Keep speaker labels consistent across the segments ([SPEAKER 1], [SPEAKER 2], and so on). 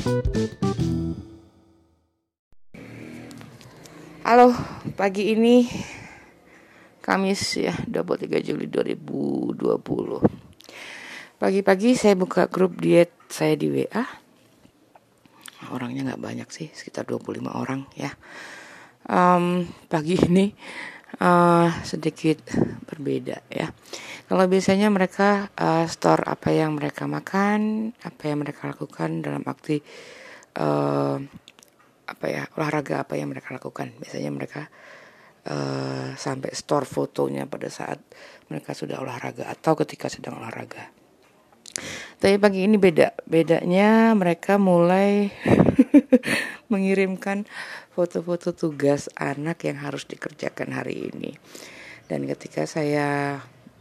[SPEAKER 1] Halo, pagi ini Kamis ya, 23 Juli 2020. Pagi-pagi saya buka grup diet saya di WA. Orangnya gak banyak sih, sekitar 25 orang ya. Pagi ini sedikit berbeda ya. Kalau biasanya mereka store apa yang mereka makan, apa yang mereka lakukan dalam arti olahraga apa yang mereka lakukan. Biasanya mereka sampai store fotonya pada saat mereka sudah olahraga atau ketika sedang olahraga. Tapi pagi ini bedanya mereka mulai mengirimkan foto-foto tugas anak yang harus dikerjakan hari ini. Dan ketika saya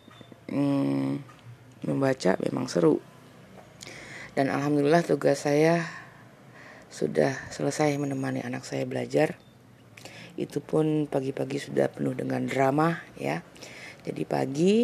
[SPEAKER 1] membaca memang seru. Dan alhamdulillah tugas saya sudah selesai menemani anak saya belajar. Itu pun pagi-pagi sudah penuh dengan drama ya. Jadi pagi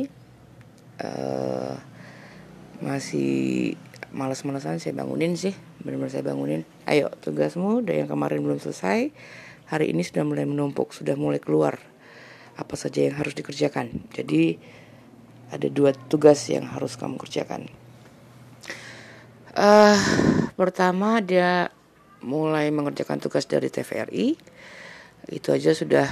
[SPEAKER 1] masih malas-malasan saya bangunin sih. Benar-benar saya bangunin. Ayo tugasmu dari yang kemarin belum selesai, hari ini sudah mulai menumpuk, sudah mulai keluar apa saja yang harus dikerjakan. Jadi ada 2 tugas yang harus kamu kerjakan. Pertama dia mulai mengerjakan tugas dari TVRI. Itu aja sudah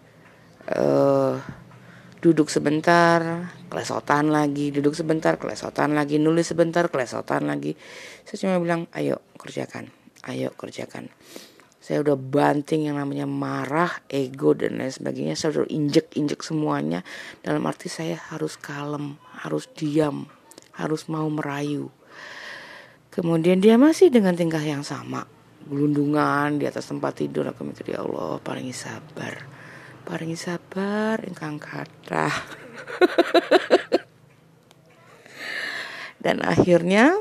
[SPEAKER 1] duduk sebentar, kelesotan lagi, duduk sebentar, kelesotan lagi, nulis sebentar, kelesotan lagi. Saya cuma bilang, ayo kerjakan. Saya udah banting yang namanya marah, ego dan lain sebagainya. Saya udah injek semuanya. Dalam arti saya harus kalem, harus diam, harus mau merayu. Kemudian dia masih dengan tingkah yang sama, gelundungan di atas tempat tidur. Aku mikir, ya Allah, paringi sabar ingkang kathah. Dan akhirnya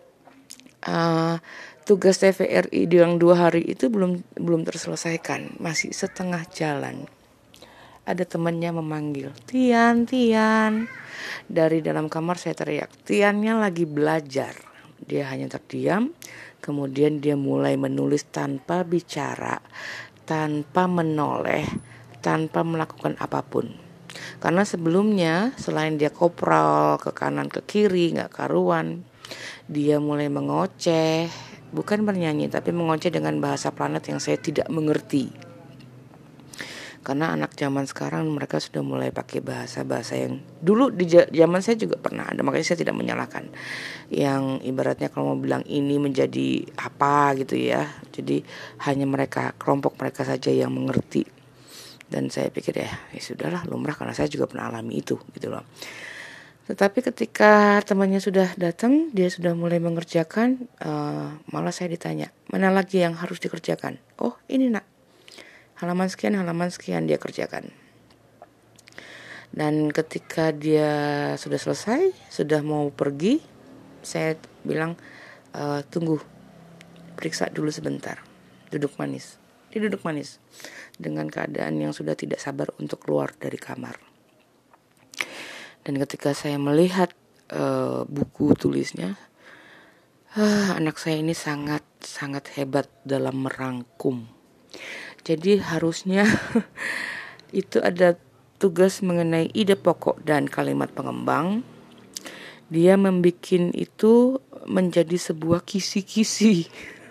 [SPEAKER 1] tugas TVRI yang 2 hari itu belum terselesaikan, masih setengah jalan. Ada temannya memanggil, Tian. Dari dalam kamar saya teriak, Tiannya lagi belajar. Dia hanya terdiam, kemudian dia mulai menulis tanpa bicara, tanpa menoleh, tanpa melakukan apapun. Karena sebelumnya selain dia kopral ke kanan ke kiri gak karuan, dia mulai mengoceh, bukan bernyanyi tapi mengoceh dengan bahasa planet yang saya tidak mengerti. Karena anak zaman sekarang mereka sudah mulai pakai bahasa-bahasa yang dulu di zaman saya juga pernah ada, makanya saya tidak menyalahkan. Yang ibaratnya kalau mau bilang ini menjadi apa gitu ya. Jadi hanya kelompok mereka saja yang mengerti. Dan saya pikir ya sudahlah, lumrah karena saya juga pernah alami itu gitu loh. Tetapi ketika temannya sudah datang, dia sudah mulai mengerjakan, malah saya ditanya, mana lagi yang harus dikerjakan? Oh ini nak, halaman sekian dia kerjakan. Dan ketika dia sudah selesai, sudah mau pergi, saya bilang, tunggu, periksa dulu sebentar, duduk manis dengan keadaan yang sudah tidak sabar untuk keluar dari kamar. Dan ketika saya melihat buku tulisnya, anak saya ini sangat hebat dalam merangkum. Jadi harusnya itu ada tugas mengenai ide pokok dan kalimat pengembang. Dia membikin itu menjadi sebuah kisi-kisi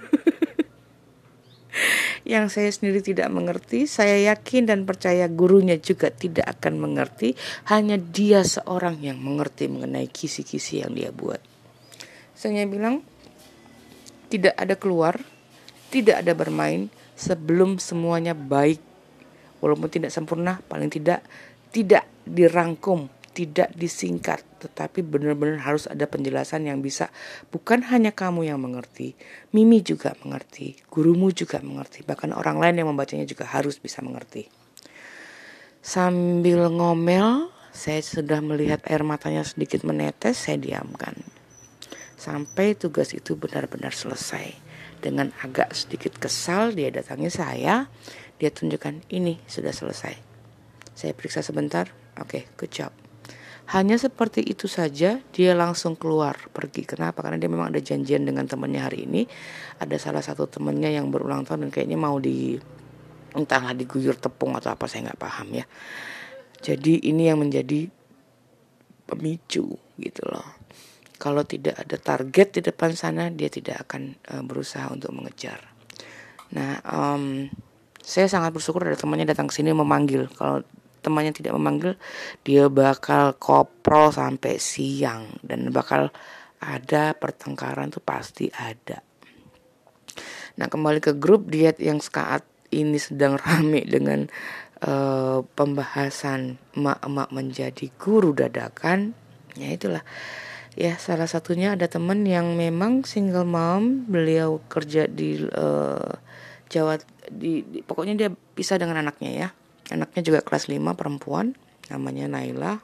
[SPEAKER 1] yang saya sendiri tidak mengerti. Saya yakin dan percaya gurunya juga tidak akan mengerti. Hanya dia seorang yang mengerti mengenai kisi-kisi yang dia buat. Saya bilang, tidak ada keluar, tidak ada bermain sebelum semuanya baik. Walaupun tidak sempurna, paling tidak dirangkum, tidak disingkat, tetapi benar-benar harus ada penjelasan yang bisa bukan hanya kamu yang mengerti, Mimi juga mengerti, gurumu juga mengerti, bahkan orang lain yang membacanya juga harus bisa mengerti. Sambil ngomel, saya sudah melihat air matanya sedikit menetes, saya diamkan sampai tugas itu benar-benar selesai. Dengan agak sedikit kesal dia datangi saya, dia tunjukkan, ini sudah selesai. Saya periksa sebentar, oke, good job. Hanya seperti itu saja dia langsung keluar pergi. Kenapa? Karena dia memang ada janjian dengan temannya hari ini. Ada salah satu temannya yang berulang tahun dan kayaknya mau entahlah diguyur tepung atau apa, saya nggak paham ya. Jadi ini yang menjadi pemicu gitu loh. Kalau tidak ada target di depan sana, dia tidak akan berusaha untuk mengejar. Nah, saya sangat bersyukur ada temannya datang ke sini memanggil. Kalau temannya tidak memanggil, dia bakal koprol sampai siang dan bakal ada pertengkaran, tuh pasti ada. Nah, kembali ke grup diet yang saat ini sedang rame dengan pembahasan emak-emak menjadi guru dadakan. Ya itulah. Ya, salah satunya ada teman yang memang single mom, beliau kerja di Jawa, pokoknya dia pisah dengan anaknya ya. Anaknya juga kelas 5 perempuan, namanya Naila.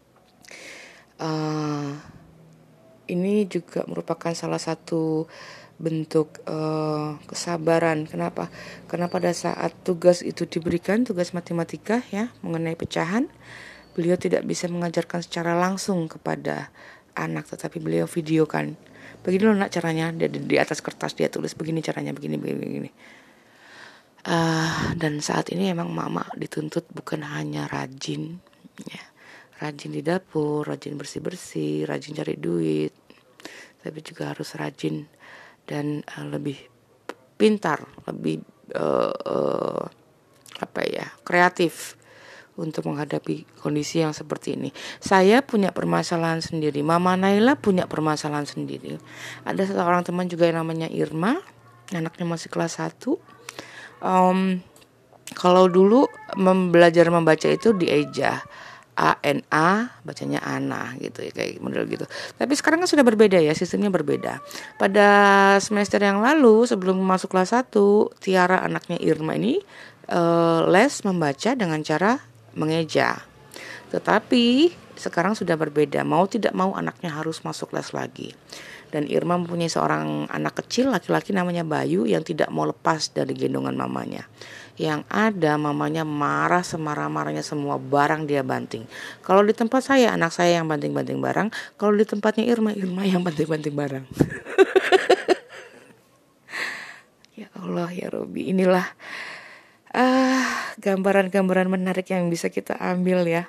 [SPEAKER 1] Ini juga merupakan salah satu bentuk kesabaran. Kenapa? Karena pada saat tugas itu diberikan, tugas matematika ya, mengenai pecahan, beliau tidak bisa mengajarkan secara langsung kepada anak, tetapi beliau videokan. Begini loh nak caranya, di atas kertas dia tulis begini caranya, begini. Dan saat ini emang mama dituntut bukan hanya rajin ya, rajin di dapur, rajin bersih-bersih, rajin cari duit, tapi juga harus rajin dan lebih pintar, lebih kreatif untuk menghadapi kondisi yang seperti ini. Saya punya permasalahan sendiri, Mama Naila punya permasalahan sendiri. Ada seorang teman juga yang namanya Irma, anaknya masih kelas 1. Kalau dulu belajar membaca itu dieja ANA, bacanya Ana gitu ya, kayak model gitu. Tapi sekarang kan sudah berbeda ya, sistemnya berbeda. Pada semester yang lalu sebelum masuk kelas 1, Tiara anaknya Irma ini les membaca dengan cara mengeja. Tetapi sekarang sudah berbeda, mau tidak mau anaknya harus masuk les lagi. Dan Irma mempunyai seorang anak kecil laki-laki namanya Bayu yang tidak mau lepas dari gendongan mamanya. Yang ada mamanya marah semarah-marahnya, semua barang dia banting. Kalau di tempat saya, anak saya yang banting-banting barang. Kalau di tempatnya Irma yang banting-banting barang. Ya Allah ya Robi, inilah gambaran-gambaran menarik yang bisa kita ambil ya.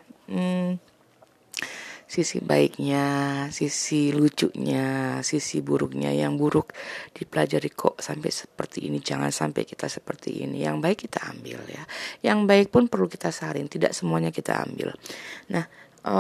[SPEAKER 1] Sisi baiknya, sisi lucunya, sisi buruknya. Yang buruk dipelajari kok sampai seperti ini, jangan sampai kita seperti ini. Yang baik kita ambil ya. Yang baik pun perlu kita saring, tidak semuanya kita ambil. Nah,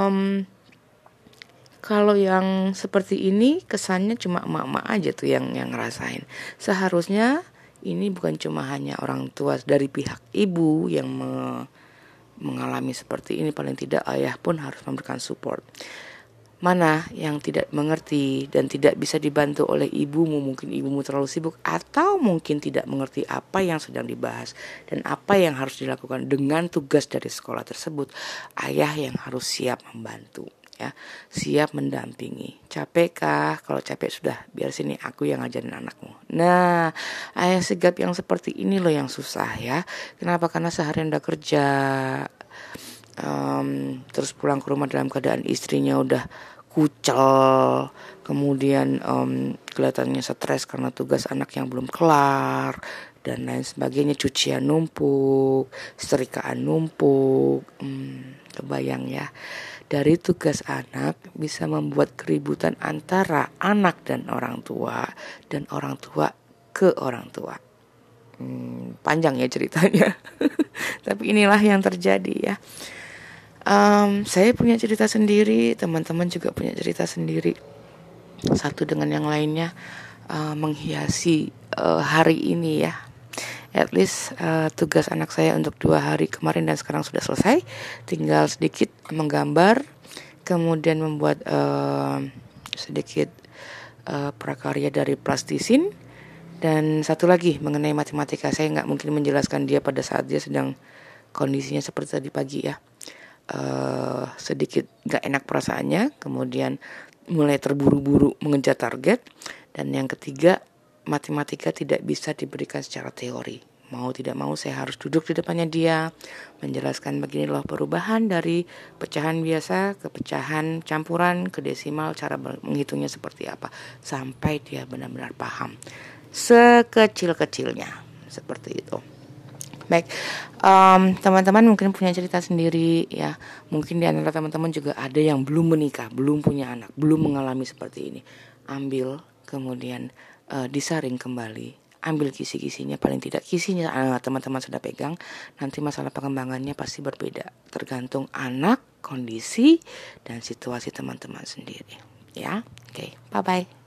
[SPEAKER 1] kalau yang seperti ini kesannya cuma emak-emak aja tuh yang ngerasain. Seharusnya ini bukan cuma hanya orang tua dari pihak ibu yang mengalami seperti ini, paling tidak ayah pun harus memberikan support. Mana yang tidak mengerti dan tidak bisa dibantu oleh ibumu, mungkin ibumu terlalu sibuk atau mungkin tidak mengerti apa yang sedang dibahas dan apa yang harus dilakukan dengan tugas dari sekolah tersebut, ayah yang harus siap membantu ya, siap mendampingi. Capek kah? Kalau capek sudah, biar sini aku yang ngajarin anakmu. Nah, ayah sigap yang seperti ini loh yang susah ya. Kenapa? Karena seharian udah kerja, terus pulang ke rumah dalam keadaan istrinya udah kucel, kemudian kelihatannya stres karena tugas anak yang belum kelar dan lain sebagainya, cucian numpuk, setrikaan numpuk. Kebayang ya, dari tugas anak bisa membuat keributan antara anak dan orang tua ke orang tua. Panjang ya ceritanya. Tapi inilah yang terjadi ya. Saya punya cerita sendiri, teman-teman juga punya cerita sendiri. Satu dengan yang lainnya menghiasi hari ini ya. At least tugas anak saya untuk 2 hari kemarin dan sekarang sudah selesai. Tinggal sedikit menggambar, kemudian membuat sedikit prakarya dari plastisin. Dan satu lagi mengenai matematika, saya nggak mungkin menjelaskan dia pada saat dia sedang kondisinya seperti tadi pagi ya. Sedikit nggak enak perasaannya, kemudian mulai terburu-buru mengejar target. Dan yang ketiga, matematika tidak bisa diberikan secara teori, Mau tidak mau saya harus duduk di depannya dia, menjelaskan begini loh perubahan dari pecahan biasa ke pecahan campuran ke desimal, cara menghitungnya seperti apa, sampai dia benar-benar paham sekecil-kecilnya, seperti itu. Baik, teman-teman mungkin punya cerita sendiri ya. Mungkin di antara teman-teman juga ada yang belum menikah, belum punya anak, belum mengalami seperti ini. Ambil, kemudian disaring kembali. Ambil kisi-kisinya, paling tidak kisinya teman-teman sudah pegang. Nanti masalah pengembangannya pasti berbeda, tergantung anak, kondisi, dan situasi teman-teman sendiri. Ya, oke, bye-bye.